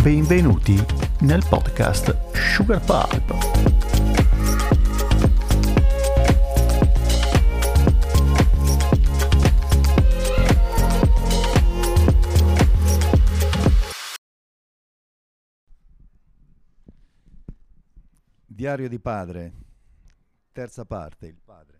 Benvenuti nel podcast Sugar Pulp. Diario di padre, terza parte, il padre.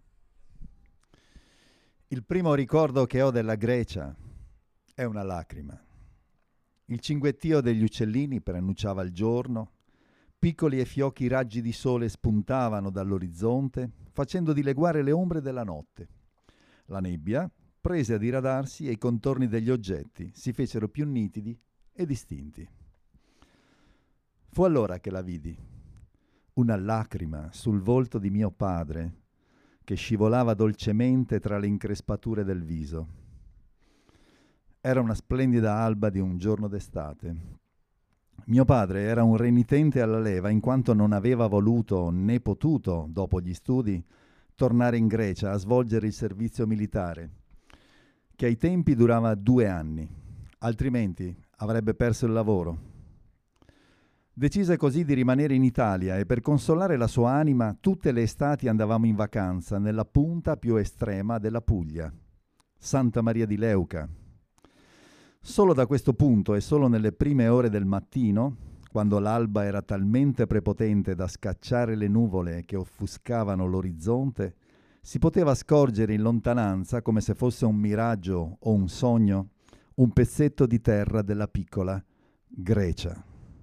Il primo ricordo che ho della Grecia è una lacrima. Il cinguettio degli uccellini preannunciava il giorno, piccoli e fiocchi raggi di sole spuntavano dall'orizzonte, facendo dileguare le ombre della notte. La nebbia prese a diradarsi e i contorni degli oggetti si fecero più nitidi e distinti. Fu allora che la vidi. Una lacrima sul volto di mio padre, che scivolava dolcemente tra le increspature del viso. Era una splendida alba di un giorno d'estate. Mio padre era un renitente alla leva in quanto non aveva voluto né potuto, dopo gli studi, tornare in Grecia a svolgere il servizio militare, che ai tempi durava 2 anni, altrimenti avrebbe perso il lavoro. Decise così di rimanere in Italia e per consolare la sua anima tutte le estati andavamo in vacanza nella punta più estrema della Puglia, Santa Maria di Leuca. Solo da questo punto e solo nelle prime ore del mattino, quando l'alba era talmente prepotente da scacciare le nuvole che offuscavano l'orizzonte, si poteva scorgere in lontananza, come se fosse un miraggio o un sogno, un pezzetto di terra della piccola Grecia.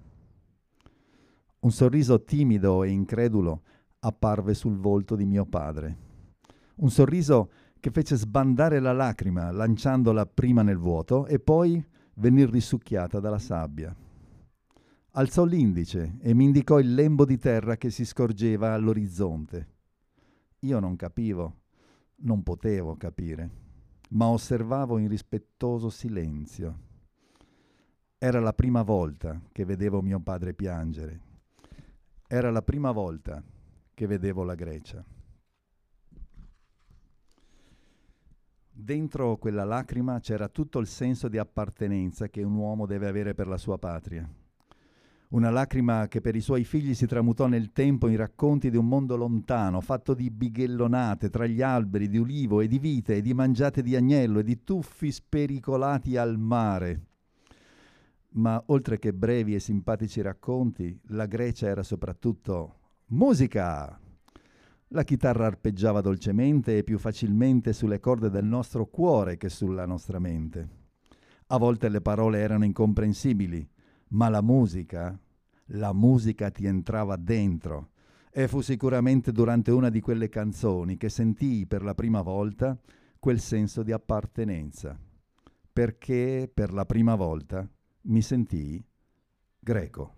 Un sorriso timido e incredulo apparve sul volto di mio padre. Un sorriso che fece sbandare la lacrima, lanciandola prima nel vuoto e poi venir risucchiata dalla sabbia. Alzò l'indice e mi indicò il lembo di terra che si scorgeva all'orizzonte. Io non capivo, non potevo capire, ma osservavo in rispettoso silenzio. Era la prima volta che vedevo mio padre piangere. Era la prima volta che vedevo la Grecia. Dentro quella lacrima c'era tutto il senso di appartenenza che un uomo deve avere per la sua patria. Una lacrima che per i suoi figli si tramutò nel tempo in racconti di un mondo lontano, fatto di bighellonate tra gli alberi, di ulivo e di vite, e di mangiate di agnello e di tuffi spericolati al mare. Ma oltre che brevi e simpatici racconti, la Grecia era soprattutto musica! La chitarra arpeggiava dolcemente e più facilmente sulle corde del nostro cuore che sulla nostra mente. A volte le parole erano incomprensibili, ma la musica ti entrava dentro. E fu sicuramente durante una di quelle canzoni che sentii per la prima volta quel senso di appartenenza, perché per la prima volta mi sentii greco.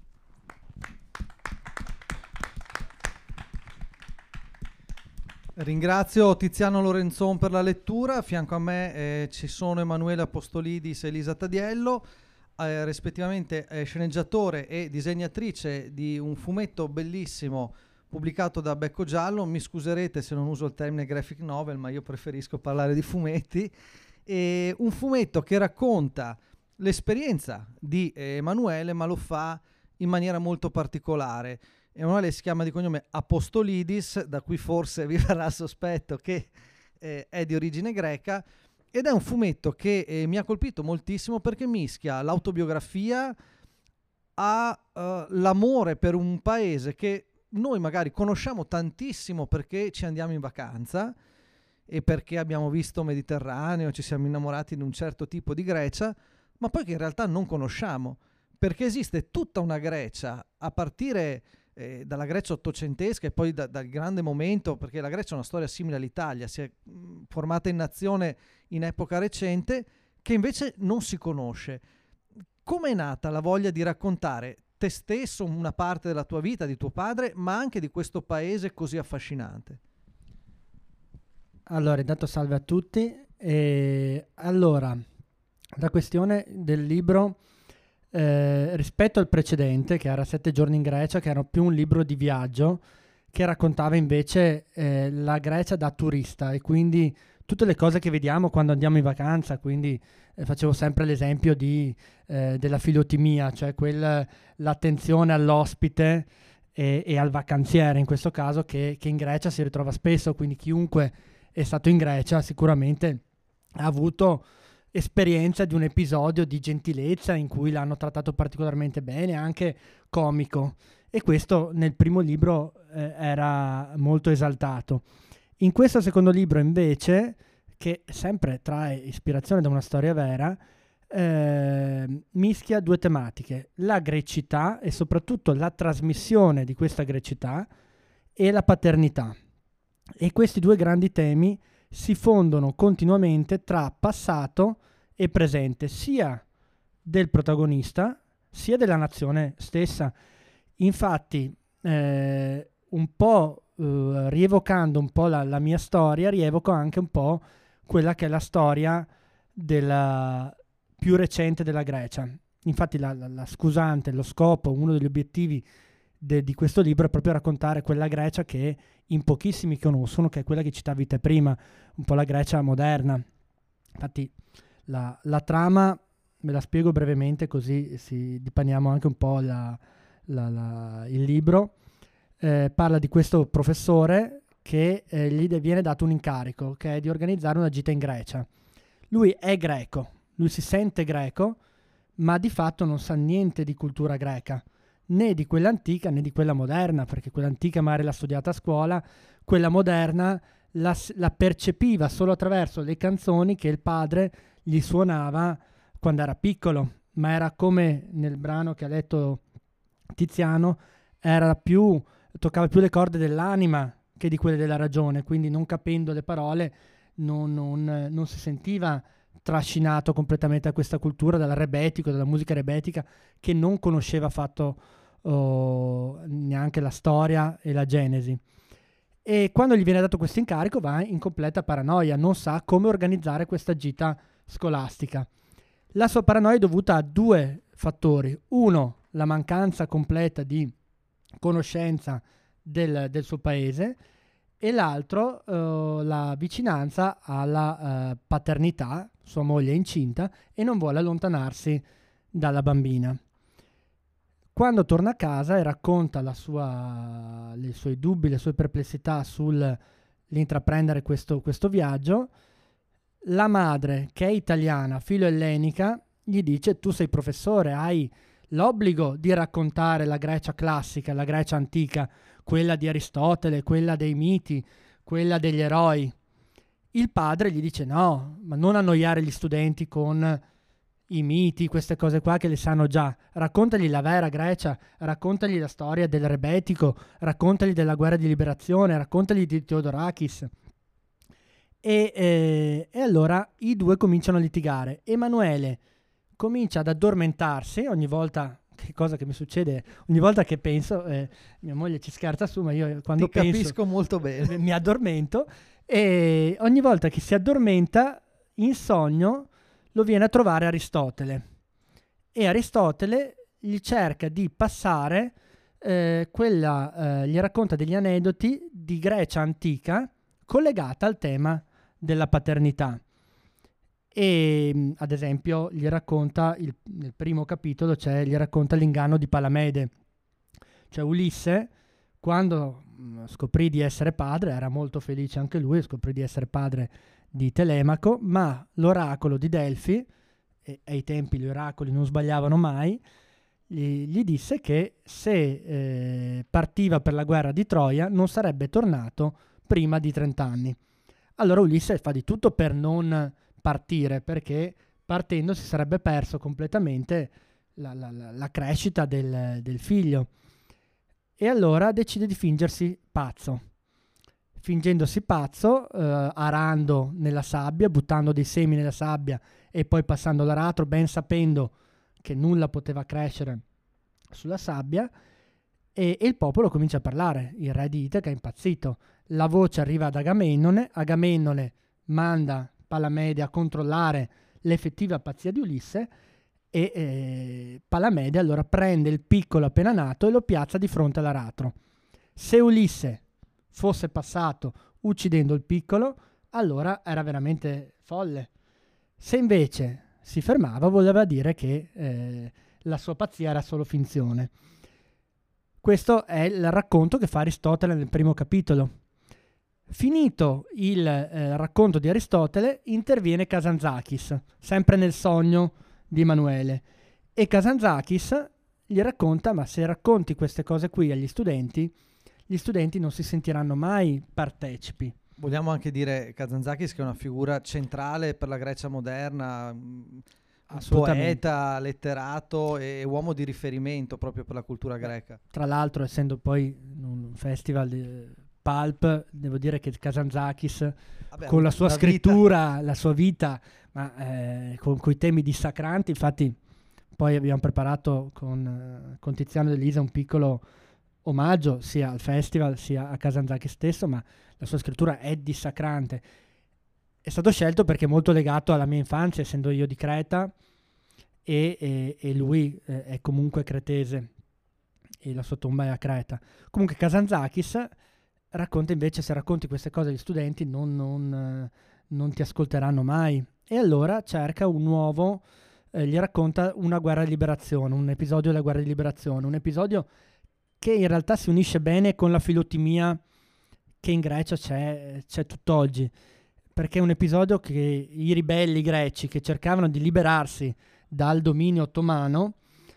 Ringrazio Tiziano Lorenzon per la lettura. A fianco a me ci sono Emanuele Apostolidis e Elisa Tadiello, rispettivamente sceneggiatore e disegnatrice di un fumetto bellissimo pubblicato da Becco Giallo. Mi scuserete se non uso il termine graphic novel, ma io preferisco parlare di fumetti. E un fumetto che racconta l'esperienza di Emanuele, ma lo fa in maniera molto particolare. Emanuele si chiama di cognome Apostolidis, da cui forse vi verrà il sospetto che è di origine greca, ed è un fumetto che mi ha colpito moltissimo perché mischia l'autobiografia a l'amore per un paese che noi magari conosciamo tantissimo perché ci andiamo in vacanza e perché abbiamo visto Mediterraneo, ci siamo innamorati di un certo tipo di Grecia, ma poi che in realtà non conosciamo, perché esiste tutta una Grecia a partire dalla Grecia ottocentesca e poi dal grande momento, perché la Grecia è una storia simile all'Italia, si è formata in nazione in epoca recente, che invece non si conosce. Come è nata la voglia di raccontare te stesso, una parte della tua vita, di tuo padre, ma anche di questo paese così affascinante? Allora, intanto salve a tutti. Allora, la questione del libro rispetto al precedente, che era 7 giorni in Grecia, che era più un libro di viaggio, che raccontava invece la Grecia da turista e quindi tutte le cose che vediamo quando andiamo in vacanza, quindi facevo sempre l'esempio della filotimia, cioè l'attenzione all'ospite e al vacanziere, in questo caso, che in Grecia si ritrova spesso, quindi chiunque è stato in Grecia sicuramente ha avuto esperienza di un episodio di gentilezza in cui l'hanno trattato particolarmente bene, anche comico, e questo nel primo libro era molto esaltato. In questo secondo libro invece, che sempre trae ispirazione da una storia vera, mischia due tematiche: la grecità e soprattutto la trasmissione di questa grecità e la paternità. E questi due grandi temi si fondono continuamente tra passato e presente, sia del protagonista sia della nazione stessa. Infatti un po' rievocando un po' la mia storia, rievoco anche un po' quella che è la storia della più recente della Grecia. Infatti la scusante, lo scopo, uno degli obiettivi di questo libro è proprio raccontare quella Grecia che in pochissimi conoscono, che è quella che citavi te prima, un po' la Grecia moderna. Infatti la trama ve la spiego brevemente, così dipaniamo anche un po' il libro. Parla di questo professore che gli viene dato un incarico, che è di organizzare una gita in Grecia. Lui è greco, lui si sente greco, ma di fatto non sa niente di cultura greca, né di quella antica né di quella moderna, perché quella antica magari l'ha studiata a scuola, quella moderna la percepiva solo attraverso le canzoni che il padre gli suonava quando era piccolo, ma era come nel brano che ha letto Tiziano, toccava più le corde dell'anima che di quelle della ragione, quindi non capendo le parole non si sentiva trascinato completamente da questa cultura, dalla musica rebetica, che non conosceva affatto neanche la storia e la genesi. E quando gli viene dato questo incarico va in completa paranoia, non sa come organizzare questa gita scolastica. La sua paranoia è dovuta a due fattori: uno, la mancanza completa di conoscenza del suo paese, e l'altro la vicinanza alla paternità. Sua moglie è incinta e non vuole allontanarsi dalla bambina. Quando torna a casa e racconta i suoi dubbi, le sue perplessità sull'intraprendere questo viaggio, la madre, che è italiana, filo-ellenica, gli dice: tu sei professore, hai l'obbligo di raccontare la Grecia classica, la Grecia antica, quella di Aristotele, quella dei miti, quella degli eroi. Il padre gli dice: no, ma non annoiare gli studenti con i miti, queste cose qua che le sanno già. Raccontagli la vera Grecia, raccontagli la storia del rebetico, raccontagli della guerra di liberazione, raccontagli di Theodorakis. E allora i due cominciano a litigare. Emanuele comincia ad addormentarsi ogni volta. Che cosa che mi succede ogni volta che penso, mia moglie ci scherza su, ma io quando penso capisco molto bene, mi addormento, e ogni volta che si addormenta in sogno lo viene a trovare Aristotele, e Aristotele gli cerca di passare gli racconta degli aneddoti di Grecia antica collegata al tema della paternità. E ad esempio gli racconta nel primo capitolo gli racconta l'inganno di Palamede. Cioè Ulisse, quando scoprì di essere padre, era molto felice anche lui, scoprì di essere padre di Telemaco, ma l'oracolo di Delfi, e ai tempi gli oracoli non sbagliavano mai, gli disse che se partiva per la guerra di Troia non sarebbe tornato prima di 30 anni. Allora Ulisse fa di tutto per non partire, perché partendo si sarebbe perso completamente la crescita del figlio, e allora decide di fingersi pazzo. Fingendosi pazzo, arando nella sabbia, buttando dei semi nella sabbia e poi passando l'aratro, ben sapendo che nulla poteva crescere sulla sabbia, e il popolo comincia a parlare. Il re di Itaca è impazzito, la voce arriva ad Agamennone, Agamennone manda Palamede a controllare l'effettiva pazzia di Ulisse, e Palamede allora prende il piccolo appena nato e lo piazza di fronte all'aratro. Se Ulisse fosse passato uccidendo il piccolo, allora era veramente folle. Se invece si fermava, voleva dire che la sua pazzia era solo finzione. Questo è il racconto che fa Aristotele nel primo capitolo. Finito il racconto di Aristotele, interviene Kazantzakis, sempre nel sogno di Emanuele. E Kazantzakis gli racconta: ma se racconti queste cose qui agli studenti, gli studenti non si sentiranno mai partecipi. Vogliamo anche dire Kazantzakis, che è una figura centrale per la Grecia moderna, poeta, letterato e uomo di riferimento proprio per la cultura greca. Tra l'altro, essendo poi un festival di pulp, devo dire che Kazantzakis, con la sua scrittura, la sua vita, ma con quei temi dissacranti, infatti poi abbiamo preparato con Tiziano De Lisa un piccolo omaggio sia al festival sia a Kazantzakis stesso, ma la sua scrittura è dissacrante. È stato scelto perché è molto legato alla mia infanzia, essendo io di Creta e lui è comunque cretese e la sua tomba è a Creta. Comunque Kazantzakis racconta invece: se racconti queste cose agli studenti non ti ascolteranno mai. E allora cerca un nuovo, gli racconta una guerra di liberazione, un episodio della guerra di liberazione, un episodio che in realtà si unisce bene con la filotimia che in Grecia c'è tutt'oggi, perché è un episodio che i ribelli greci che cercavano di liberarsi dal dominio ottomano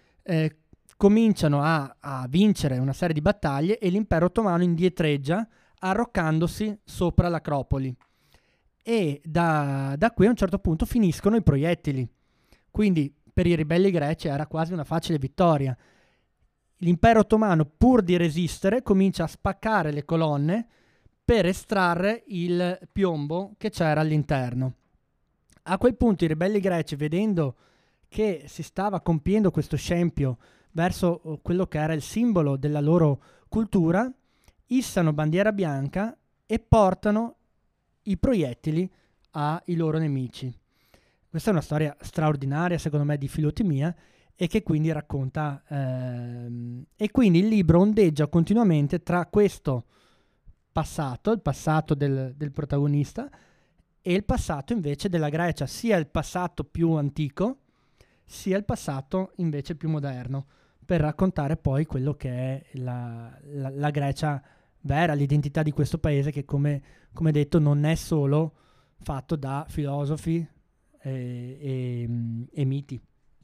cominciano a vincere una serie di battaglie e l'impero ottomano indietreggia arroccandosi sopra l'Acropoli, e da qui a un certo punto finiscono i proiettili. Quindi per i ribelli greci era quasi una facile vittoria. L'impero ottomano, pur di resistere, comincia a spaccare le colonne per estrarre il piombo che c'era all'interno. A quel punto i ribelli greci, vedendo che si stava compiendo questo scempio verso quello che era il simbolo della loro cultura, issano bandiera bianca e portano i proiettili ai loro nemici. Questa è una storia straordinaria, secondo me, di filotimia, e che quindi racconta e quindi il libro ondeggia continuamente tra questo passato, il passato del protagonista, e il passato invece della Grecia, sia il passato più antico sia il passato invece più moderno, per raccontare poi quello che è la Grecia vera, l'identità di questo paese che, come detto, non è solo fatto da filosofi e miti.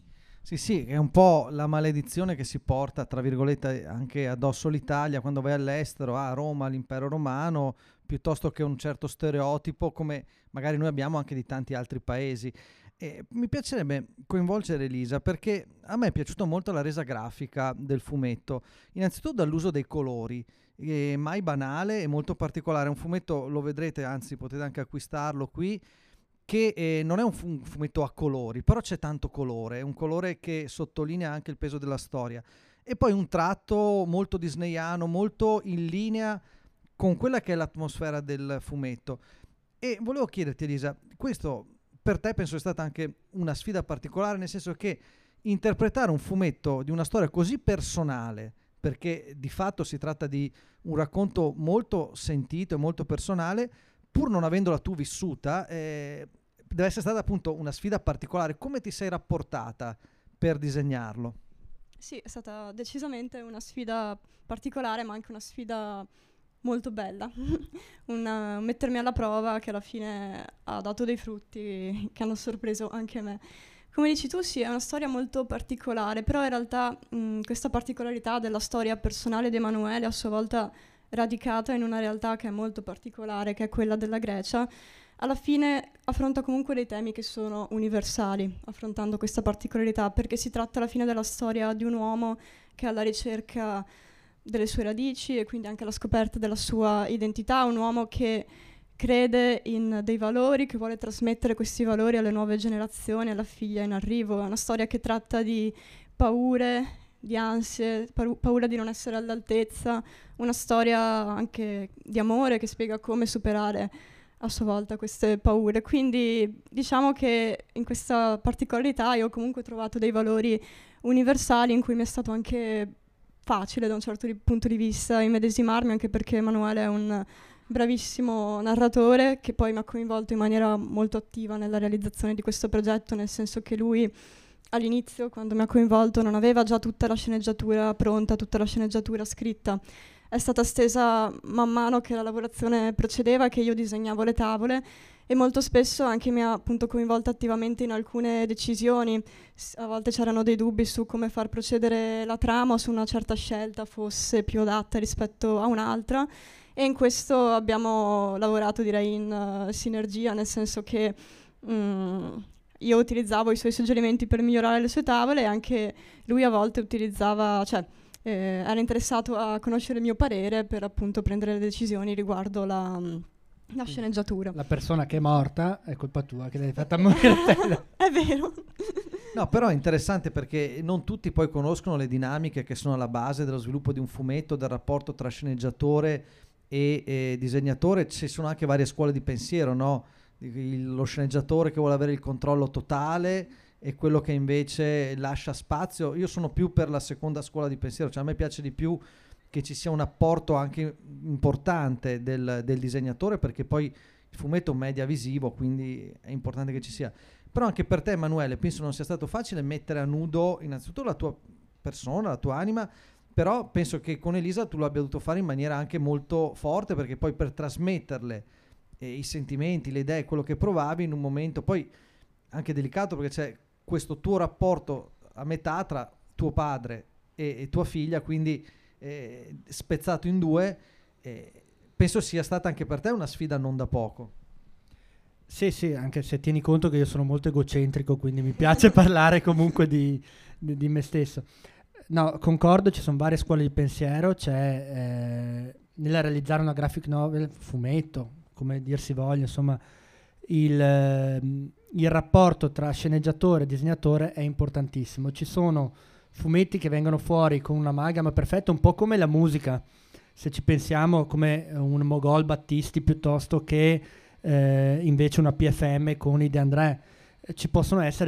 Sì, è un po' la maledizione che si porta, tra virgolette, anche addosso l'Italia quando vai all'estero, a Roma, l'impero romano, piuttosto che un certo stereotipo come magari noi abbiamo anche di tanti altri paesi. E mi piacerebbe coinvolgere Elisa, perché a me è piaciuta molto la resa grafica del fumetto, innanzitutto dall'uso dei colori, mai banale e molto particolare. Un fumetto, lo vedrete, anzi potete anche acquistarlo qui, che non è un fumetto a colori, però c'è tanto colore, è un colore che sottolinea anche il peso della storia, e poi un tratto molto disneyano, molto in linea con quella che è l'atmosfera del fumetto. E volevo chiederti, Elisa, questo per te penso è stata anche una sfida particolare, nel senso che interpretare un fumetto di una storia così personale, perché di fatto si tratta di un racconto molto sentito e molto personale, pur non avendola tu vissuta, deve essere stata appunto una sfida particolare. Come ti sei rapportata per disegnarlo? Sì, è stata decisamente una sfida particolare, ma anche una sfida molto bella. Mettermi alla prova che alla fine ha dato dei frutti che hanno sorpreso anche me. Come dici tu, sì, è una storia molto particolare, però in realtà questa particolarità della storia personale di Emanuele, a sua volta radicata in una realtà che è molto particolare, che è quella della Grecia, alla fine affronta comunque dei temi che sono universali, affrontando questa particolarità, perché si tratta alla fine della storia di un uomo che è alla ricerca delle sue radici e quindi anche la scoperta della sua identità, un uomo che crede in dei valori, che vuole trasmettere questi valori alle nuove generazioni, alla figlia in arrivo. È una storia che tratta di paure, di ansie, paura di non essere all'altezza, una storia anche di amore che spiega come superare a sua volta queste paure. Quindi diciamo che in questa particolarità io ho comunque trovato dei valori universali in cui mi è stato anche facile da un certo punto di vista immedesimarmi, anche perché Emanuele è un bravissimo narratore che poi mi ha coinvolto in maniera molto attiva nella realizzazione di questo progetto, nel senso che lui all'inizio, quando mi ha coinvolto, non aveva già tutta la sceneggiatura pronta, tutta la sceneggiatura scritta. È stata stesa man mano che la lavorazione procedeva, che io disegnavo le tavole, e molto spesso anche mi ha appunto coinvolto attivamente in alcune decisioni. A volte c'erano dei dubbi su come far procedere la trama o su una certa scelta fosse più adatta rispetto a un'altra, e in questo abbiamo lavorato, direi, in sinergia, nel senso che io utilizzavo i suoi suggerimenti per migliorare le sue tavole, e anche lui a volte utilizzava, era interessato a conoscere il mio parere per appunto prendere le decisioni riguardo la sceneggiatura. La persona che è morta è colpa tua che l'hai fatta morire. È vero. No, però è interessante perché non tutti poi conoscono le dinamiche che sono alla base dello sviluppo di un fumetto, del rapporto tra sceneggiatore e disegnatore. Ci sono anche varie scuole di pensiero, no? Lo sceneggiatore che vuole avere il controllo totale e quello che invece lascia spazio. Io sono più per la seconda scuola di pensiero, cioè a me piace di più che ci sia un apporto anche importante del disegnatore, perché poi il fumetto è un media visivo, quindi è importante che ci sia. Però anche per te, Emanuele, penso non sia stato facile mettere a nudo innanzitutto la tua persona, la tua anima, però penso che con Elisa tu lo abbia dovuto fare in maniera anche molto forte, perché poi per trasmetterle i sentimenti, le idee, quello che provavi in un momento poi anche delicato, perché c'è questo tuo rapporto a metà tra tuo padre e tua figlia, quindi spezzato in due, penso sia stata anche per te una sfida non da poco. Sì, anche se tieni conto che io sono molto egocentrico, quindi mi piace parlare comunque di me stesso. No, concordo, ci sono varie scuole di pensiero, c'è nel realizzare una graphic novel, fumetto, come dir si voglia, insomma, il rapporto tra sceneggiatore e disegnatore è importantissimo. Ci sono fumetti che vengono fuori con un'amalgama perfetta, un po' come la musica, se ci pensiamo, come un Mogol Battisti piuttosto che invece una PFM con i De André. Ci possono essere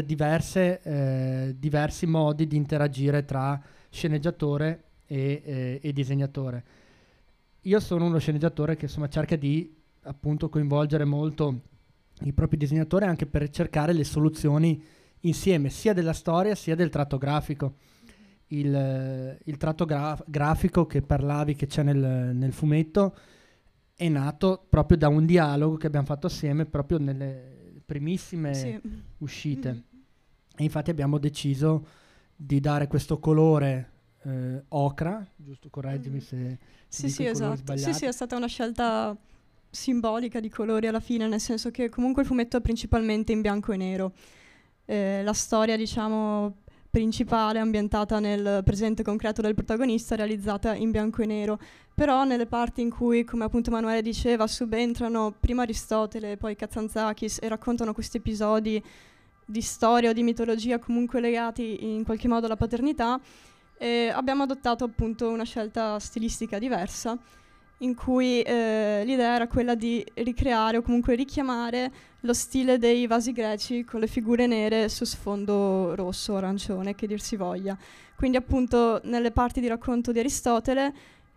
diversi modi di interagire tra sceneggiatore e disegnatore. Io sono uno sceneggiatore che insomma cerca di appunto coinvolgere molto i propri disegnatori anche per cercare le soluzioni insieme, sia della storia sia del tratto grafico. Il tratto grafico che parlavi, che c'è nel fumetto, è nato proprio da un dialogo che abbiamo fatto assieme proprio nelle primissime uscite. E infatti abbiamo deciso di dare questo colore ocra, giusto? Correggimi se sì, esatto. Sì, è stata una scelta simbolica di colori alla fine, nel senso che comunque il fumetto è principalmente in bianco e nero. La storia, diciamo, principale, ambientata nel presente concreto del protagonista, realizzata in bianco e nero. Però nelle parti in cui, come appunto Emanuele diceva, subentrano prima Aristotele, poi Kazantzakis e raccontano questi episodi di storia o di mitologia comunque legati in qualche modo alla paternità, abbiamo adottato appunto una scelta stilistica diversa, in cui l'idea era quella di ricreare o comunque richiamare lo stile dei vasi greci con le figure nere su sfondo rosso o arancione, che dir si voglia. Quindi appunto nelle parti di racconto di Aristotele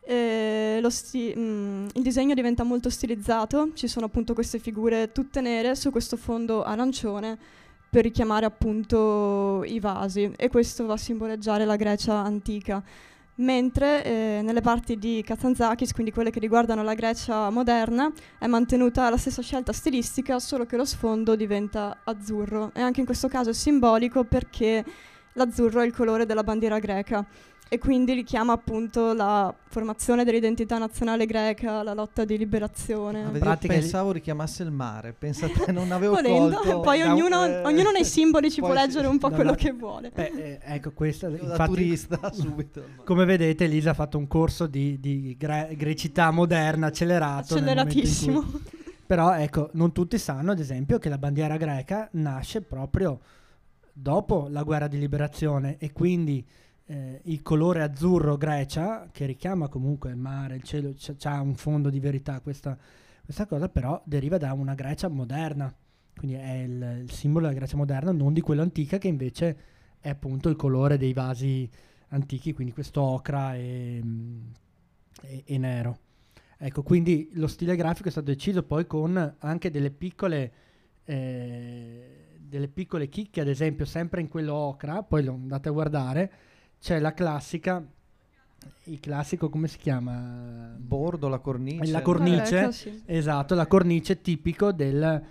il disegno diventa molto stilizzato, ci sono appunto queste figure tutte nere su questo fondo arancione per richiamare appunto i vasi, e questo va a simboleggiare la Grecia antica. Mentre nelle parti di Kazantzakis, quindi quelle che riguardano la Grecia moderna, è mantenuta la stessa scelta stilistica, solo che lo sfondo diventa azzurro, e anche in questo caso è simbolico perché l'azzurro è il colore della bandiera greca e quindi richiama appunto la formazione dell'identità nazionale greca, la lotta di liberazione. Io pensavo richiamasse il mare, pensate, non avevo volendo, colto. poi ognuno nei simboli ci può leggere un po' quello che vuole. Ecco, questa da turista subito. Come vedete, Elisa ha fatto un corso di grecità moderna acceleratissimo. Però ecco, non tutti sanno ad esempio che la bandiera greca nasce proprio dopo la guerra di liberazione, e quindi il colore azzurro Grecia, che richiama comunque il mare, il cielo, c'ha un fondo di verità questa cosa, però deriva da una Grecia moderna, quindi è il simbolo della Grecia moderna, non di quella antica, che invece è appunto il colore dei vasi antichi, quindi questo ocra e nero. Ecco, quindi lo stile grafico è stato deciso poi con anche delle piccole chicche, ad esempio sempre in quello ocra, poi lo andate a guardare, c'è il classico, come si chiama? Bordo, la cornice. La cornice, Ecco, sì. esatto, la cornice tipico delle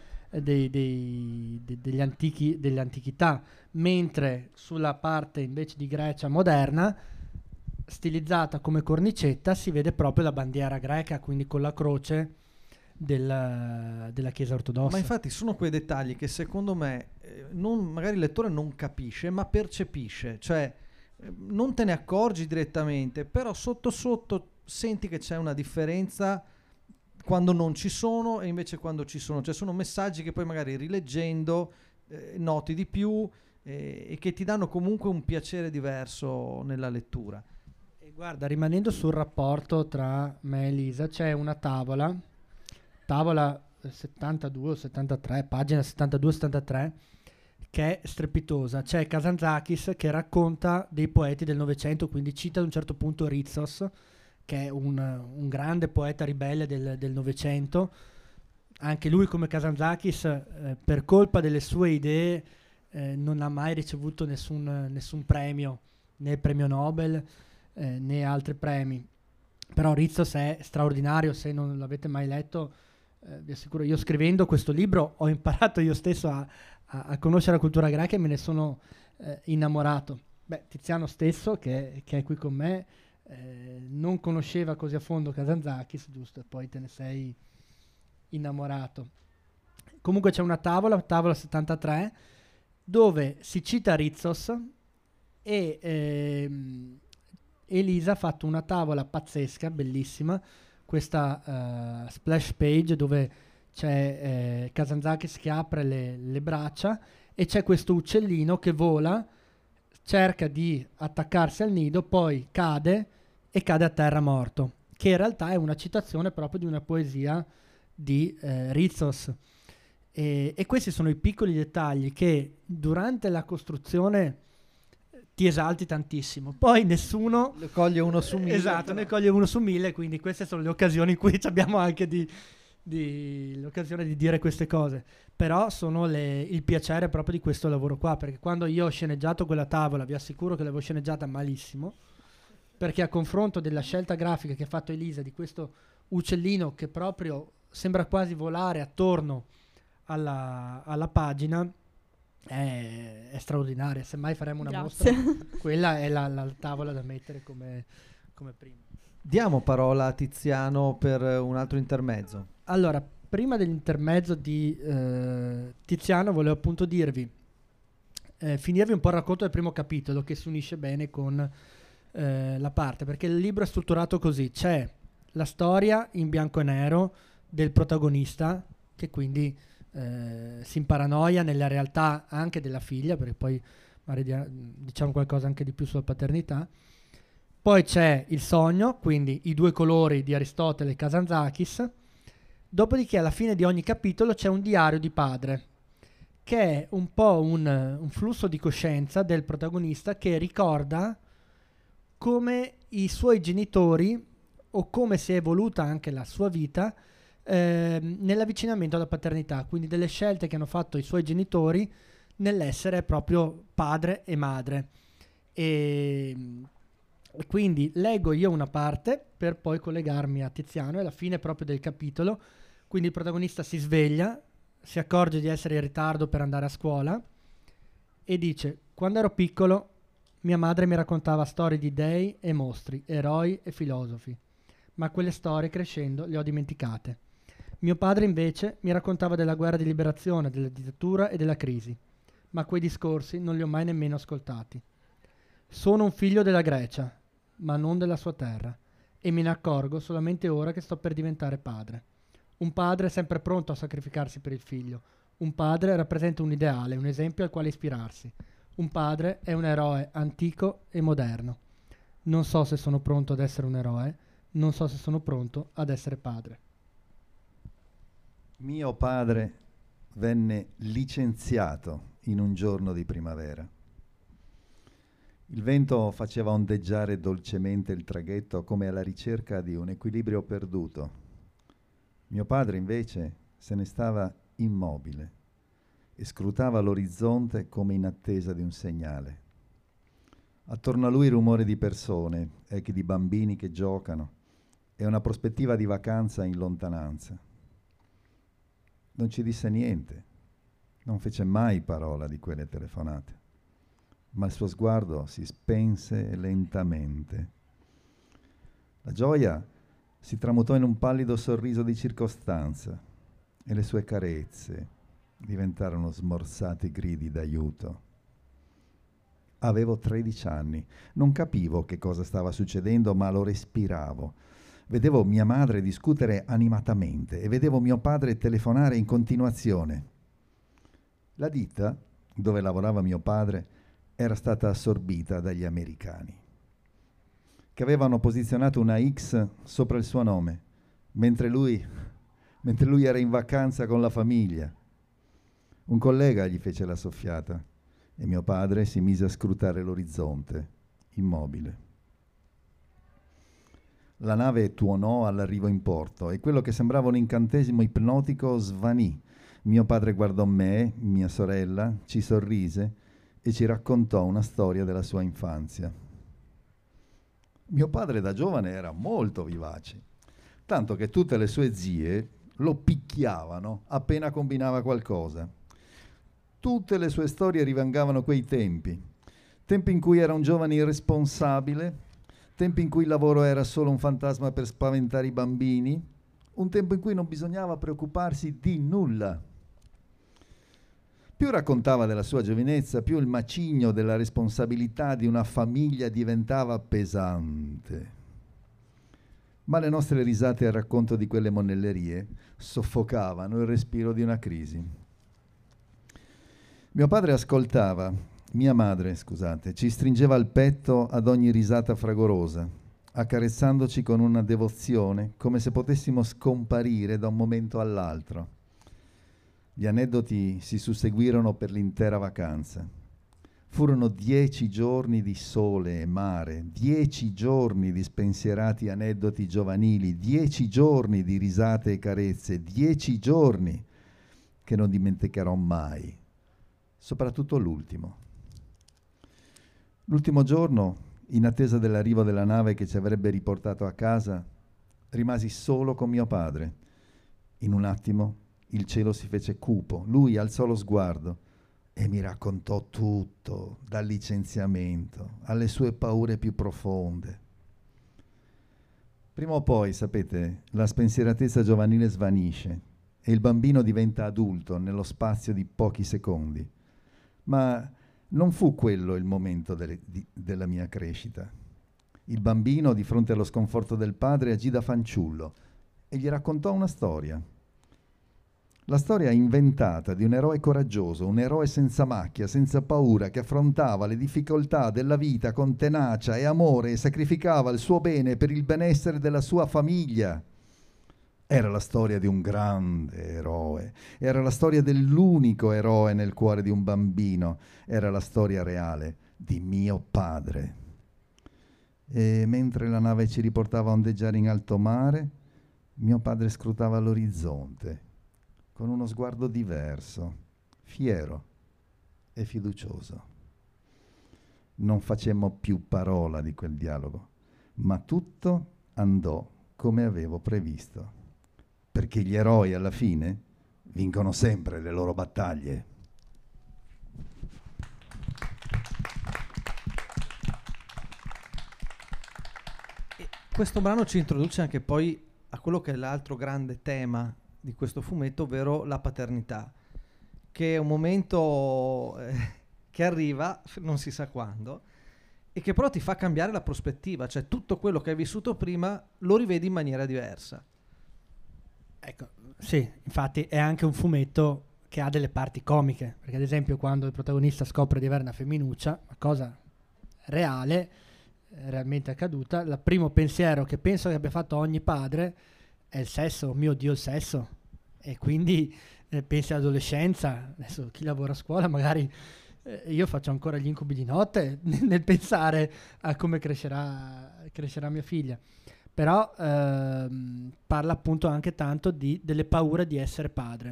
antichità, mentre sulla parte invece di Grecia moderna, stilizzata come cornicetta, si vede proprio la bandiera greca, quindi con la croce della Chiesa ortodossa. Ma infatti sono quei dettagli che secondo me magari il lettore non capisce, ma percepisce, cioè non te ne accorgi direttamente, però sotto sotto senti che c'è una differenza quando non ci sono e invece quando ci sono, cioè sono messaggi che poi magari rileggendo noti di più e che ti danno comunque un piacere diverso nella lettura. E guarda, rimanendo sul rapporto tra me e Elisa, c'è una tavola 72 o 73, pagina 72-73, che è strepitosa. C'è Kazantzakis che racconta dei poeti del Novecento, quindi cita ad un certo punto Ritsos, che è un grande poeta ribelle del Novecento. Anche lui, come Kazantzakis, per colpa delle sue idee non ha mai ricevuto nessun premio, né il premio Nobel né altri premi. Però Ritsos è straordinario, se non l'avete mai letto vi assicuro, io scrivendo questo libro ho imparato io stesso a conoscere la cultura greca e me ne sono innamorato. Tiziano stesso, che è qui con me, non conosceva così a fondo Kazantzakis, giusto, e poi te ne sei innamorato. Comunque c'è una tavola 73, dove si cita Ritsos e Elisa ha fatto una tavola pazzesca, bellissima, questa splash page dove c'è Kazantzakis che apre le braccia e c'è questo uccellino che vola, cerca di attaccarsi al nido, poi cade a terra morto, che in realtà è una citazione proprio di una poesia di Ritsos. E questi sono i piccoli dettagli che durante la costruzione ti esalti tantissimo, poi nessuno Ne coglie uno su 1000. esatto, ne coglie uno su 1000, quindi queste sono le occasioni in cui abbiamo anche l'occasione di dire queste cose, però sono il piacere proprio di questo lavoro qua, perché quando io ho sceneggiato quella tavola, vi assicuro che l'avevo sceneggiata malissimo, perché a confronto della scelta grafica che ha fatto Elisa di questo uccellino che proprio sembra quasi volare attorno alla pagina, è straordinaria. Se mai faremo una Grazie. mostra, quella è la tavola da mettere come prima. Diamo parola a Tiziano per un altro intermezzo. Allora, prima dell'intermezzo di Tiziano volevo appunto dirvi finirvi un po' il racconto del primo capitolo, che si unisce bene con la parte, perché il libro è strutturato così: c'è la storia in bianco e nero del protagonista, che quindi si imparanoia nella realtà anche della figlia, perché poi magari diciamo qualcosa anche di più sulla paternità. Poi c'è il sogno, quindi i due colori di Aristotele e Kazantzakis. Dopodiché alla fine di ogni capitolo c'è un diario di padre, che è un po' un flusso di coscienza del protagonista, che ricorda come i suoi genitori, o come si è evoluta anche la sua vita nell'avvicinamento alla paternità, quindi delle scelte che hanno fatto i suoi genitori nell'essere proprio padre e madre. E quindi leggo io una parte per poi collegarmi a Tiziano, e alla fine proprio del capitolo, quindi il protagonista si sveglia, si accorge di essere in ritardo per andare a scuola e dice: quando ero piccolo mia madre mi raccontava storie di dei e mostri, eroi e filosofi, ma quelle storie crescendo le ho dimenticate. Mio padre invece mi raccontava della guerra di liberazione, della dittatura e della crisi, ma quei discorsi non li ho mai nemmeno ascoltati. Sono un figlio della Grecia, ma non della sua terra, e me ne accorgo solamente ora che sto per diventare padre. Un padre è sempre pronto a sacrificarsi per il figlio. Un padre rappresenta un ideale, un esempio al quale ispirarsi. Un padre è un eroe antico e moderno. Non so se sono pronto ad essere un eroe, non so se sono pronto ad essere padre. Mio padre venne licenziato in un giorno di primavera. Il vento faceva ondeggiare dolcemente il traghetto come alla ricerca di un equilibrio perduto. Mio padre invece se ne stava immobile e scrutava l'orizzonte come in attesa di un segnale. Attorno a lui rumore di persone, echi di bambini che giocano e una prospettiva di vacanza in lontananza. Non ci disse niente, non fece mai parola di quelle telefonate, ma il suo sguardo si spense lentamente. La gioia si tramutò in un pallido sorriso di circostanza e le sue carezze diventarono smorzati gridi d'aiuto. Avevo 13 anni, non capivo che cosa stava succedendo, ma lo respiravo. Vedevo mia madre discutere animatamente e vedevo mio padre telefonare in continuazione. La ditta dove lavorava mio padre era stata assorbita dagli americani, che avevano posizionato una X sopra il suo nome, mentre lui era in vacanza con la famiglia. Un collega gli fece la soffiata e mio padre si mise a scrutare l'orizzonte, immobile. La nave tuonò all'arrivo in porto e quello che sembrava un incantesimo ipnotico svanì. Mio padre guardò me, mia sorella, ci sorrise e ci raccontò una storia della sua infanzia. Mio padre da giovane era molto vivace, tanto che tutte le sue zie lo picchiavano appena combinava qualcosa. Tutte le sue storie rivangavano quei tempi in cui era un giovane irresponsabile, tempi in cui il lavoro era solo un fantasma per spaventare i bambini, un tempo in cui non bisognava preoccuparsi di nulla. Più raccontava della sua giovinezza, più il macigno della responsabilità di una famiglia diventava pesante. Ma le nostre risate al racconto di quelle monellerie soffocavano il respiro di una crisi. Mia madre, ci stringeva al petto ad ogni risata fragorosa, accarezzandoci con una devozione, come se potessimo scomparire da un momento all'altro. Gli aneddoti si susseguirono per l'intera vacanza. Furono 10 giorni di sole e mare, 10 giorni di spensierati aneddoti giovanili, 10 giorni di risate e carezze, 10 giorni che non dimenticherò mai, soprattutto l'ultimo. L'ultimo giorno, in attesa dell'arrivo della nave che ci avrebbe riportato a casa, rimasi solo con mio padre. In un attimo il cielo si fece cupo, lui alzò lo sguardo e mi raccontò tutto, dal licenziamento alle sue paure più profonde. Prima o poi, sapete, la spensieratezza giovanile svanisce e il bambino diventa adulto nello spazio di pochi secondi. Ma non fu quello il momento della mia crescita. Il bambino, di fronte allo sconforto del padre, agì da fanciullo e gli raccontò una storia. La storia inventata di un eroe coraggioso, un eroe senza macchia, senza paura, che affrontava le difficoltà della vita con tenacia e amore e sacrificava il suo bene per il benessere della sua famiglia. Era la storia di un grande eroe, era la storia dell'unico eroe nel cuore di un bambino, era la storia reale di mio padre. E mentre la nave ci riportava a ondeggiare in alto mare, mio padre scrutava l'orizzonte con uno sguardo diverso, fiero e fiducioso. Non facemmo più parola di quel dialogo, ma tutto andò come avevo previsto, perché gli eroi alla fine vincono sempre le loro battaglie. E questo brano ci introduce anche poi a quello che è l'altro grande tema di questo fumetto, ovvero la paternità, che è un momento che arriva, non si sa quando, e che però ti fa cambiare la prospettiva, cioè tutto quello che hai vissuto prima lo rivedi in maniera diversa. Ecco, sì, infatti è anche un fumetto che ha delle parti comiche, perché ad esempio quando il protagonista scopre di avere una femminuccia, una cosa reale, realmente accaduta, il primo pensiero che penso che abbia fatto ogni padre è il sesso, mio Dio, il sesso. E quindi pensi all'adolescenza, adesso chi lavora a scuola magari io faccio ancora gli incubi di notte nel pensare a come crescerà mia figlia. però parla appunto anche tanto delle paure di essere padre.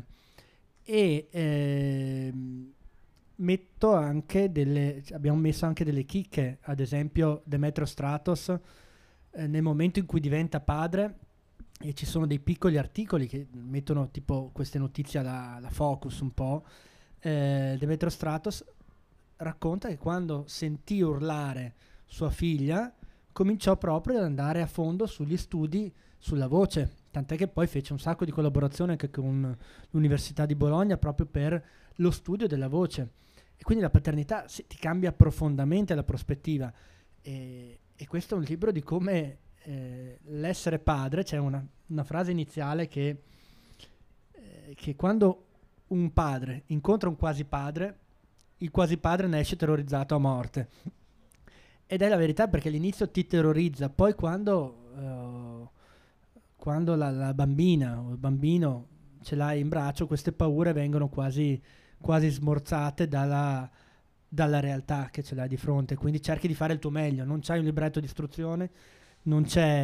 E metto anche abbiamo messo anche delle chicche, ad esempio Demetrio Stratos nel momento in cui diventa padre, e ci sono dei piccoli articoli che mettono tipo queste notizie alla Focus un po'. Demetrio Stratos racconta che quando sentì urlare sua figlia cominciò proprio ad andare a fondo sugli studi sulla voce, tant'è che poi fece un sacco di collaborazione anche con l'Università di Bologna proprio per lo studio della voce. E quindi la paternità ti cambia profondamente la prospettiva, e questo è un libro di come l'essere padre. C'è una frase iniziale che quando un padre incontra un quasi padre, il quasi padre ne esce terrorizzato a morte. Ed è la verità, perché all'inizio ti terrorizza, poi quando la bambina o il bambino ce l'hai in braccio, queste paure vengono quasi smorzate dalla realtà che ce l'hai di fronte. Quindi cerchi di fare il tuo meglio, non c'hai un libretto di istruzione, non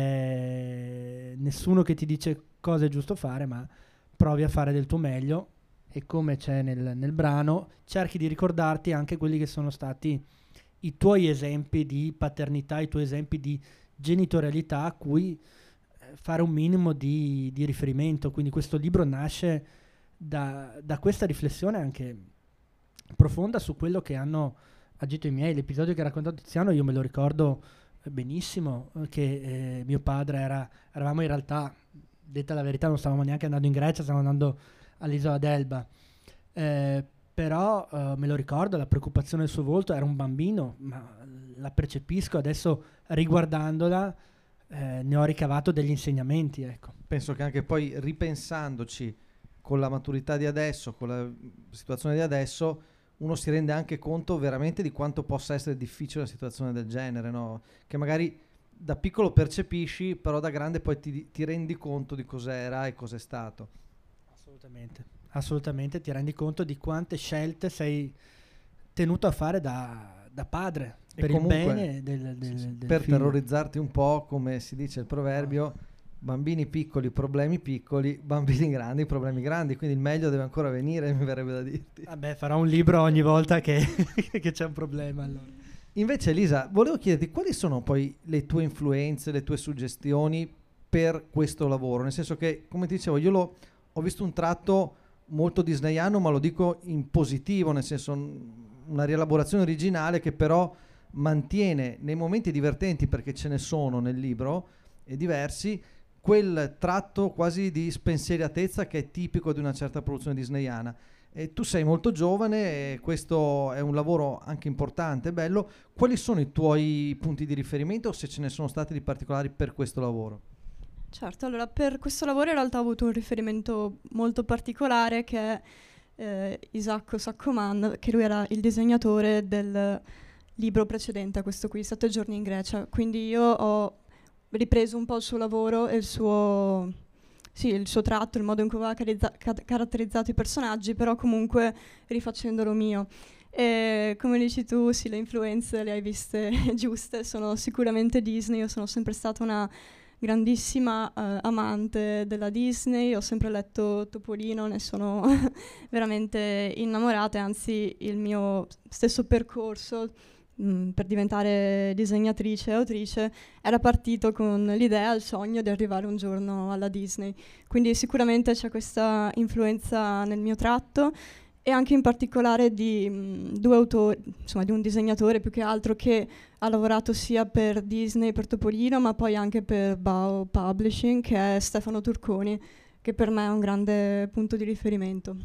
c'è nessuno che ti dice cosa è giusto fare, ma provi a fare del tuo meglio, e come c'è nel brano, cerchi di ricordarti anche quelli che sono stati i tuoi esempi di paternità, i tuoi esempi di genitorialità a cui fare un minimo di riferimento. Quindi questo libro nasce da questa riflessione anche profonda su quello che hanno agito i miei. L'episodio che ha raccontato Tiziano io me lo ricordo benissimo, che mio padre eravamo in realtà, detta la verità, non stavamo neanche andando in Grecia, stavamo andando all'isola d'Elba, però me lo ricordo, la preoccupazione del suo volto, era un bambino, ma la percepisco adesso riguardandola, ne ho ricavato degli insegnamenti, ecco. Penso che anche poi ripensandoci con la maturità di adesso, con la situazione di adesso, uno si rende anche conto veramente di quanto possa essere difficile una situazione del genere, no? Che magari da piccolo percepisci, però da grande poi ti rendi conto di cos'era e cos'è stato. Assolutamente, ti rendi conto di quante scelte sei tenuto a fare da padre, e per comunque, il bene del per figlio. Terrorizzarti un po', come si dice il proverbio, bambini piccoli, problemi piccoli, bambini grandi, problemi grandi, quindi il meglio deve ancora venire, mi verrebbe da dirti. Vabbè, farò un libro ogni volta che c'è un problema, allora. Invece Elisa, volevo chiederti quali sono poi le tue influenze, le tue suggestioni per questo lavoro, nel senso che, come ti dicevo, io ho visto un tratto molto disneyano, ma lo dico in positivo, nel senso una rielaborazione originale che però mantiene nei momenti divertenti, perché ce ne sono nel libro e diversi, quel tratto quasi di spensieratezza che è tipico di una certa produzione disneyana. E tu sei molto giovane e questo è un lavoro anche importante, bello. Quali sono i tuoi punti di riferimento, o se ce ne sono stati di particolari per questo lavoro? Certo, allora per questo lavoro in realtà ho avuto un riferimento molto particolare, che è Isacco Saccoman, che lui era il disegnatore del libro precedente a questo qui, 7 giorni in Grecia. Quindi io ho ripreso un po' il suo lavoro e il suo tratto, il modo in cui aveva caratterizzato i personaggi, però comunque rifacendolo mio. E come dici tu, sì, le influenze le hai viste giuste, sono sicuramente Disney. Io sono sempre stata una grandissima amante della Disney, ho sempre letto Topolino, ne sono veramente innamorata, anzi il mio stesso percorso per diventare disegnatrice e autrice era partito con l'idea, il sogno di arrivare un giorno alla Disney. Quindi sicuramente c'è questa influenza nel mio tratto, e anche in particolare di due autori, insomma di un disegnatore più che altro, che ha lavorato sia per Disney, per Topolino, ma poi anche per Bao Publishing, che è Stefano Turconi, che per me è un grande punto di riferimento.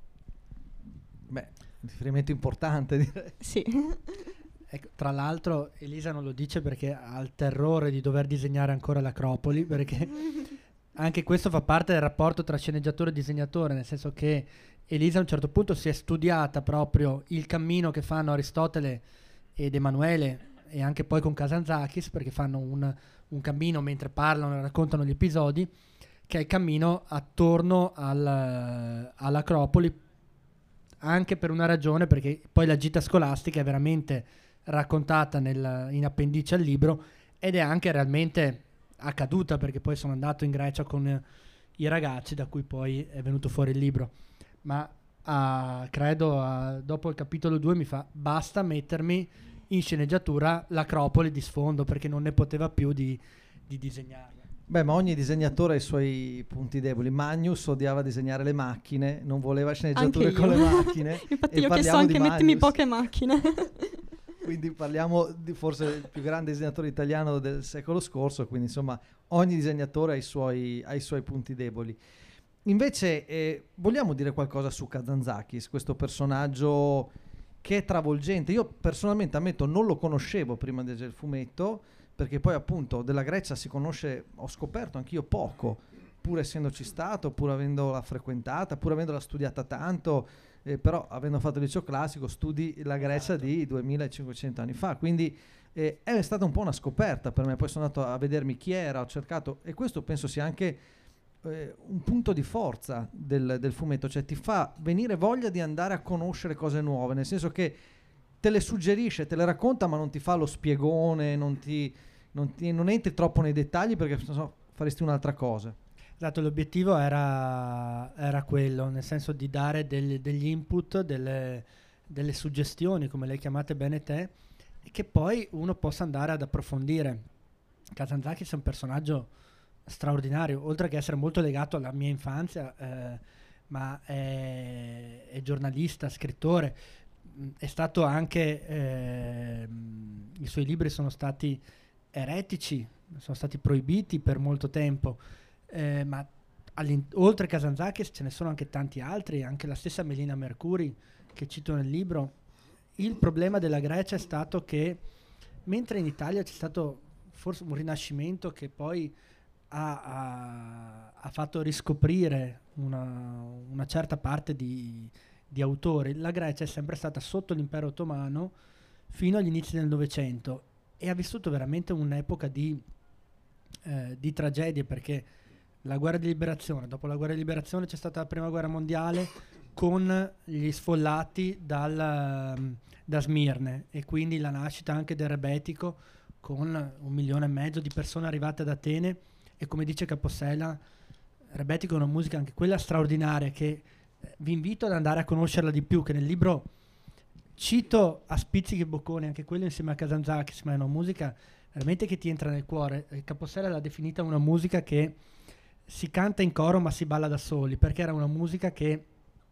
Beh, un riferimento importante, direi. Sì. Ecco, tra l'altro Elisa non lo dice perché ha il terrore di dover disegnare ancora l'Acropoli, perché anche questo fa parte del rapporto tra sceneggiatore e disegnatore, nel senso che Elisa a un certo punto si è studiata proprio il cammino che fanno Aristotele ed Emanuele, e anche poi con Kazantzakis, perché fanno un cammino mentre parlano e raccontano gli episodi, che è il cammino attorno all'Acropoli, anche per una ragione, perché poi la gita scolastica è veramente raccontata in appendice al libro, ed è anche realmente accaduta, perché poi sono andato in Grecia con i ragazzi, da cui poi è venuto fuori il libro. Ma credo dopo il capitolo 2 mi fa: basta mettermi in sceneggiatura l'Acropoli di sfondo, perché non ne poteva più di disegnarla. Beh, ma ogni disegnatore ha i suoi punti deboli. Magnus odiava disegnare le macchine, non voleva sceneggiature Anche con io. le macchine. Infatti e io ho chiesto parliamo anche di mettimi Magnus. poche macchine. Quindi parliamo di forse il più grande disegnatore italiano del secolo scorso, quindi insomma ogni disegnatore ha i suoi punti deboli. Invece vogliamo dire qualcosa su Kazantzakis, questo personaggio che è travolgente. Io personalmente, ammetto, non lo conoscevo prima di leggere il fumetto, perché poi appunto della Grecia si conosce, ho scoperto anch'io poco, pur essendoci stato, pur avendola frequentata, pur avendola studiata tanto, però avendo fatto il liceo classico studi la Grecia di 2500 anni fa, quindi è stata un po' una scoperta per me. Poi sono andato a vedermi chi era, ho cercato, e questo penso sia anche un punto di forza del fumetto, cioè ti fa venire voglia di andare a conoscere cose nuove, nel senso che te le suggerisce, te le racconta, ma non ti fa lo spiegone, non entri troppo nei dettagli, perché sennò faresti un'altra cosa. Esatto, l'obiettivo era quello, nel senso di dare degli input, delle suggestioni, come le chiamate bene te, e che poi uno possa andare ad approfondire. Kazantzakis è un personaggio straordinario, oltre che essere molto legato alla mia infanzia, ma è giornalista, scrittore, è stato anche, i suoi libri sono stati eretici, sono stati proibiti per molto tempo, ma oltre Kazantzakis ce ne sono anche tanti altri, anche la stessa Melina Mercuri che cito nel libro. Il problema della Grecia è stato che, mentre in Italia c'è stato forse un rinascimento che poi ha fatto riscoprire una certa parte di autori, la Grecia è sempre stata sotto l'impero ottomano fino agli inizi del Novecento e ha vissuto veramente un'epoca di tragedie, perché la guerra di liberazione, dopo la guerra di liberazione c'è stata la prima guerra mondiale con gli sfollati da Smirne, e quindi la nascita anche del rebetico con 1,5 milioni di persone arrivate ad Atene. E come dice Capossela, rebetico è una musica anche quella straordinaria, che vi invito ad andare a conoscerla di più, che nel libro cito a spizzichi e bocconi, anche quello insieme a Kazantzakis, ma è una musica veramente che ti entra nel cuore. Capossela l'ha definita una musica che si canta in coro ma si balla da soli, perché era una musica che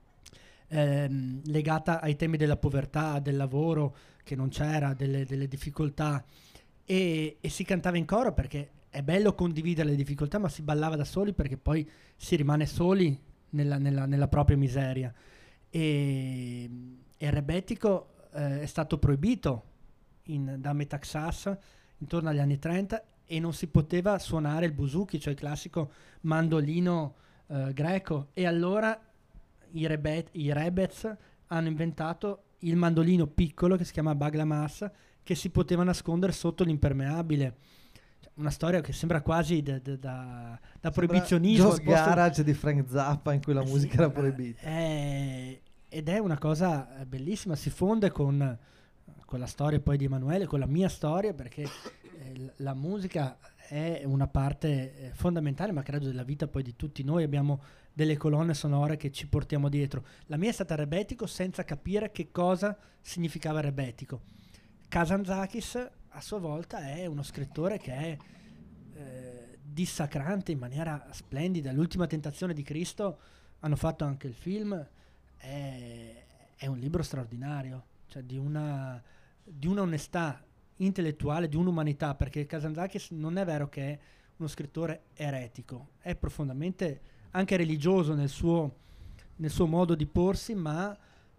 legata ai temi della povertà, del lavoro che non c'era, delle difficoltà, e si cantava in coro perché è bello condividere le difficoltà, ma si ballava da soli perché poi si rimane soli nella propria miseria. E il rebetico è stato proibito da Metaxas intorno agli anni 30 e non si poteva suonare il buzuki, cioè il classico mandolino greco, e allora i rebets hanno inventato il mandolino piccolo che si chiama baglamas, che si poteva nascondere sotto l'impermeabile. Una storia che sembra quasi da proibizionismo. Joe's Garage di Frank Zappa, in cui la musica era proibita. Ed è una cosa bellissima, si fonde con la storia poi di Emanuele, con la mia storia, perché la musica è una parte fondamentale, ma credo della vita poi di tutti noi. Abbiamo delle colonne sonore che ci portiamo dietro. La mia è stata rebetico senza capire che cosa significava rebetico. Kazantzakis a sua volta è uno scrittore che è dissacrante in maniera splendida. L'ultima tentazione di Cristo, hanno fatto anche il film, è un libro straordinario, cioè di una onestà intellettuale, di un'umanità, perché Kazantzakis non è vero che è uno scrittore eretico, è profondamente anche religioso nel suo modo di porsi, ma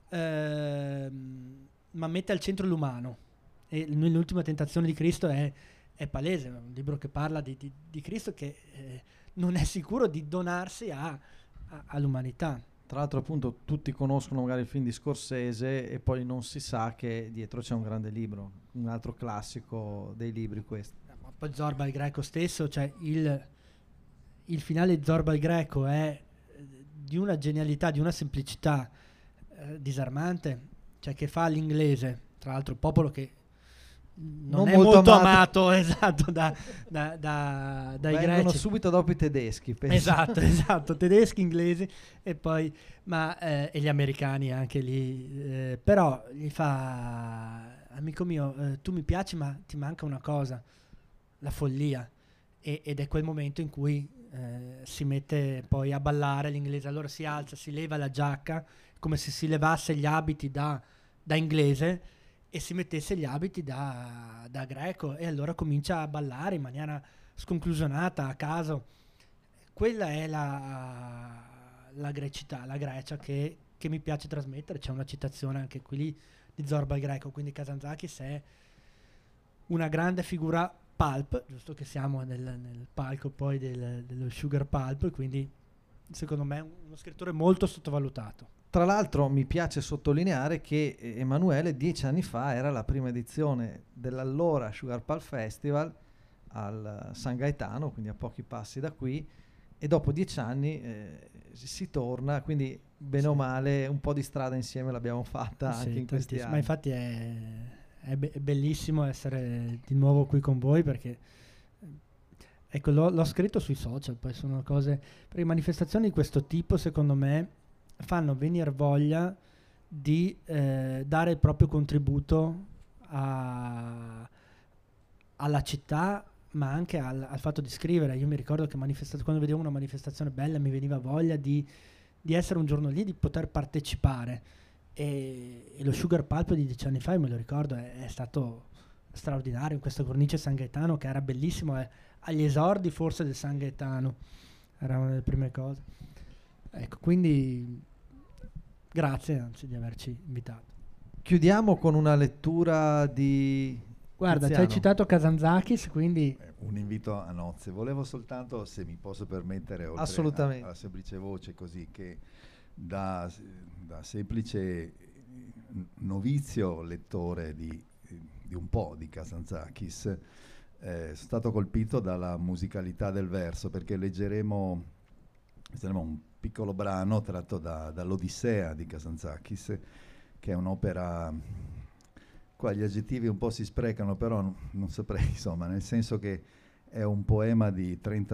mette al centro l'umano. E l'ultima tentazione di Cristo è palese, è un libro che parla di Cristo che non è sicuro di donarsi all'umanità. Tra l'altro, appunto, tutti conoscono magari il film di Scorsese e poi non si sa che dietro c'è un grande libro, un altro classico dei libri questo. Ma poi Zorba il Greco stesso, cioè il finale di Zorba il Greco è di una genialità, di una semplicità disarmante, cioè che fa l'inglese, tra l'altro popolo che non è molto amato esatto, dai Vengono greci. subito dopo i tedeschi, penso. Esatto, tedeschi, inglesi e poi e gli americani anche lì, però gli fa: amico mio, tu mi piaci ma ti manca una cosa, la follia, ed è quel momento in cui si mette poi a ballare l'inglese. Allora si alza, si leva la giacca come se si levasse gli abiti da inglese e si mettesse gli abiti da greco, e allora comincia a ballare in maniera sconclusionata, a caso. Quella è la grecità, la Grecia che mi piace trasmettere. C'è una citazione anche qui lì di Zorba il Greco, quindi Kazantzakis è una grande figura pulp, giusto che siamo nel palco poi dello Sugar Pulp, quindi secondo me è uno scrittore molto sottovalutato. Tra l'altro mi piace sottolineare che Emanuele 10 anni fa era la prima edizione dell'allora Sugar Pulp Festival al San Gaetano, quindi a pochi passi da qui, e dopo 10 anni si torna, quindi bene o male un po' di strada insieme l'abbiamo fatta anche in questi anni. Ma infatti è bellissimo essere di nuovo qui con voi, perché ecco, l'ho scritto sui social, poi sono cose, perché manifestazioni di questo tipo secondo me fanno venire voglia di dare il proprio contributo alla città, ma anche al fatto di scrivere. Io mi ricordo che quando vedevo una manifestazione bella mi veniva voglia di essere un giorno lì, di poter partecipare, e lo Sugar Pulp di 10 anni fa, io me lo ricordo, è stato straordinario, in questa cornice San Gaetano che era bellissimo, agli esordi forse del San Gaetano era una delle prime cose. Ecco, quindi grazie anzi di averci invitato. Chiudiamo con una lettura di Guarda, Tiziano. ci hai citato Kazantzakis, quindi Un invito a nozze. Volevo soltanto, se mi posso permettere, oltre Assolutamente. alla semplice voce, così che da semplice novizio lettore di un po' di Kazantzakis, sono stato colpito dalla musicalità del verso, perché leggeremo un piccolo brano tratto dall'Odissea di Kazantzakis, che è un'opera. Qua gli aggettivi un po' si sprecano, però non saprei, insomma, nel senso che è un poema di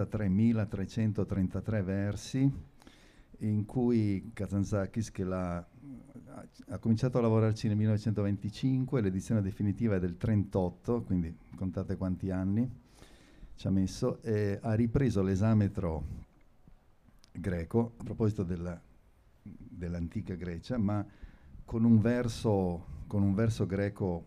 33.333 versi, in cui Kazantzakis, che ha cominciato a lavorarci nel 1925, l'edizione definitiva è del 38, quindi contate quanti anni ci ha messo, e ha ripreso l'esametro greco, a proposito dell'antica Grecia, ma con un verso greco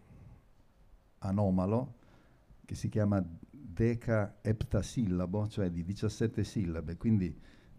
anomalo che si chiama deca eptasillabo, cioè di 17 sillabe, quindi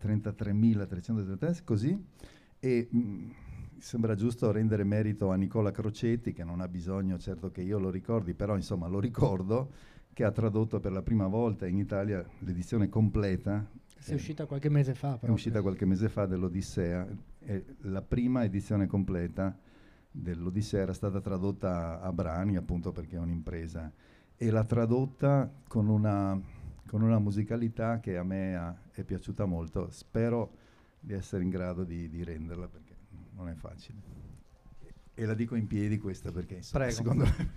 33.333, così, e sembra giusto rendere merito a Nicola Crocetti, che non ha bisogno certo che io lo ricordi, però insomma lo ricordo, che ha tradotto per la prima volta in Italia l'edizione completa. è uscita qualche mese fa. È uscita qualche mese fa dell'Odissea, e la prima edizione completa dell'Odissea era stata tradotta a brani, appunto perché è un'impresa, e l'ha tradotta con una musicalità che a me è piaciuta molto. Spero di essere in grado di renderla, perché non è facile, e la dico in piedi questa perché insomma, Prego. secondo me.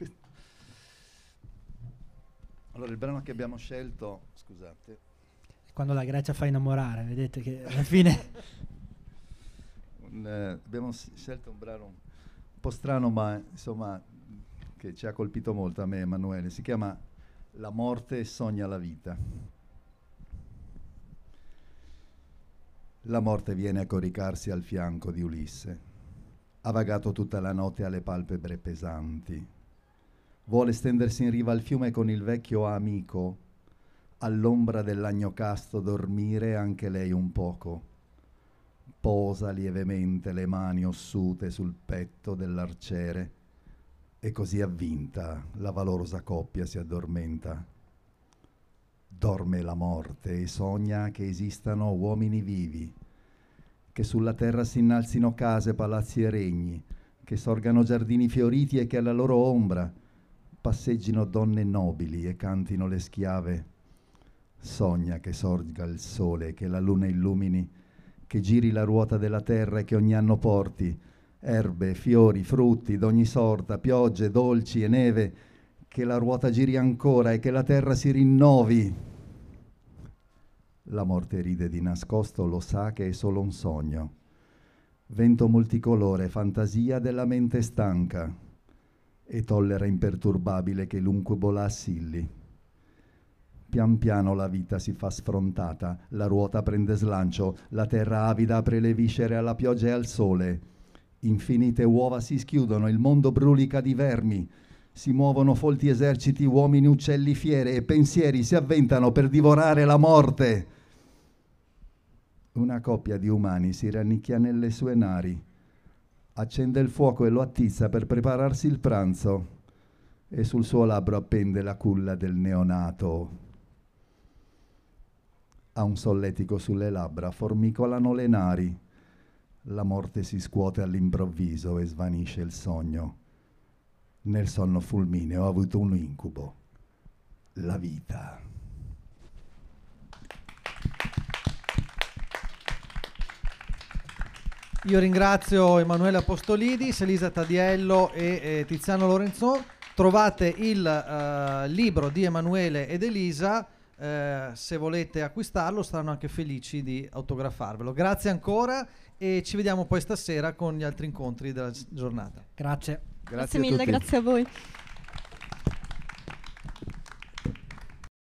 Allora, il brano che abbiamo scelto, scusate, Quando la Grecia fa innamorare, vedete che alla fine abbiamo scelto un brano un po' strano, ma insomma che ci ha colpito molto a me, Emanuele. Si chiama La morte sogna la vita. La morte viene a coricarsi al fianco di Ulisse. Ha vagato tutta la notte alle palpebre pesanti. Vuole stendersi in riva al fiume con il vecchio amico, all'ombra dell'agno casto dormire anche lei un poco. Posa lievemente le mani ossute sul petto dell'arciere, e così avvinta la valorosa coppia si addormenta. Dorme la morte e sogna che esistano uomini vivi, che sulla terra si innalzino case, palazzi e regni, che sorgano giardini fioriti e che alla loro ombra passeggino donne nobili e cantino le schiave. Sogna che sorga il sole, che la luna illumini, che giri la ruota della terra e che ogni anno porti erbe, fiori, frutti d'ogni sorta, piogge dolci e neve, che la ruota giri ancora e che la terra si rinnovi. La morte ride di nascosto, lo sa che è solo un sogno. Vento multicolore, fantasia della mente stanca, e tollera imperturbabile che l'incubo la assilli. Pian piano la vita si fa sfrontata, la ruota prende slancio, la terra avida apre le viscere alla pioggia e al sole. Infinite uova si schiudono, il mondo brulica di vermi. Si muovono folti eserciti, uomini, uccelli, fiere, e pensieri si avventano per divorare la morte. Una coppia di umani si rannicchia nelle sue nari, accende il fuoco e lo attizza per prepararsi il pranzo, e sul suo labbro appende la culla del neonato. Ha un solletico sulle labbra, formicolano le nari. La morte si scuote all'improvviso e svanisce il sogno. Nel sonno fulmineo ho avuto un incubo, la vita. Io ringrazio Emanuele Apostolidis, Elisa Tadiello e Tiziano Lorenzon. Trovate il libro di Emanuele ed Elisa, se volete acquistarlo saranno anche felici di autografarvelo. Grazie ancora e ci vediamo poi stasera con gli altri incontri della giornata. Grazie. Grazie mille, grazie a voi.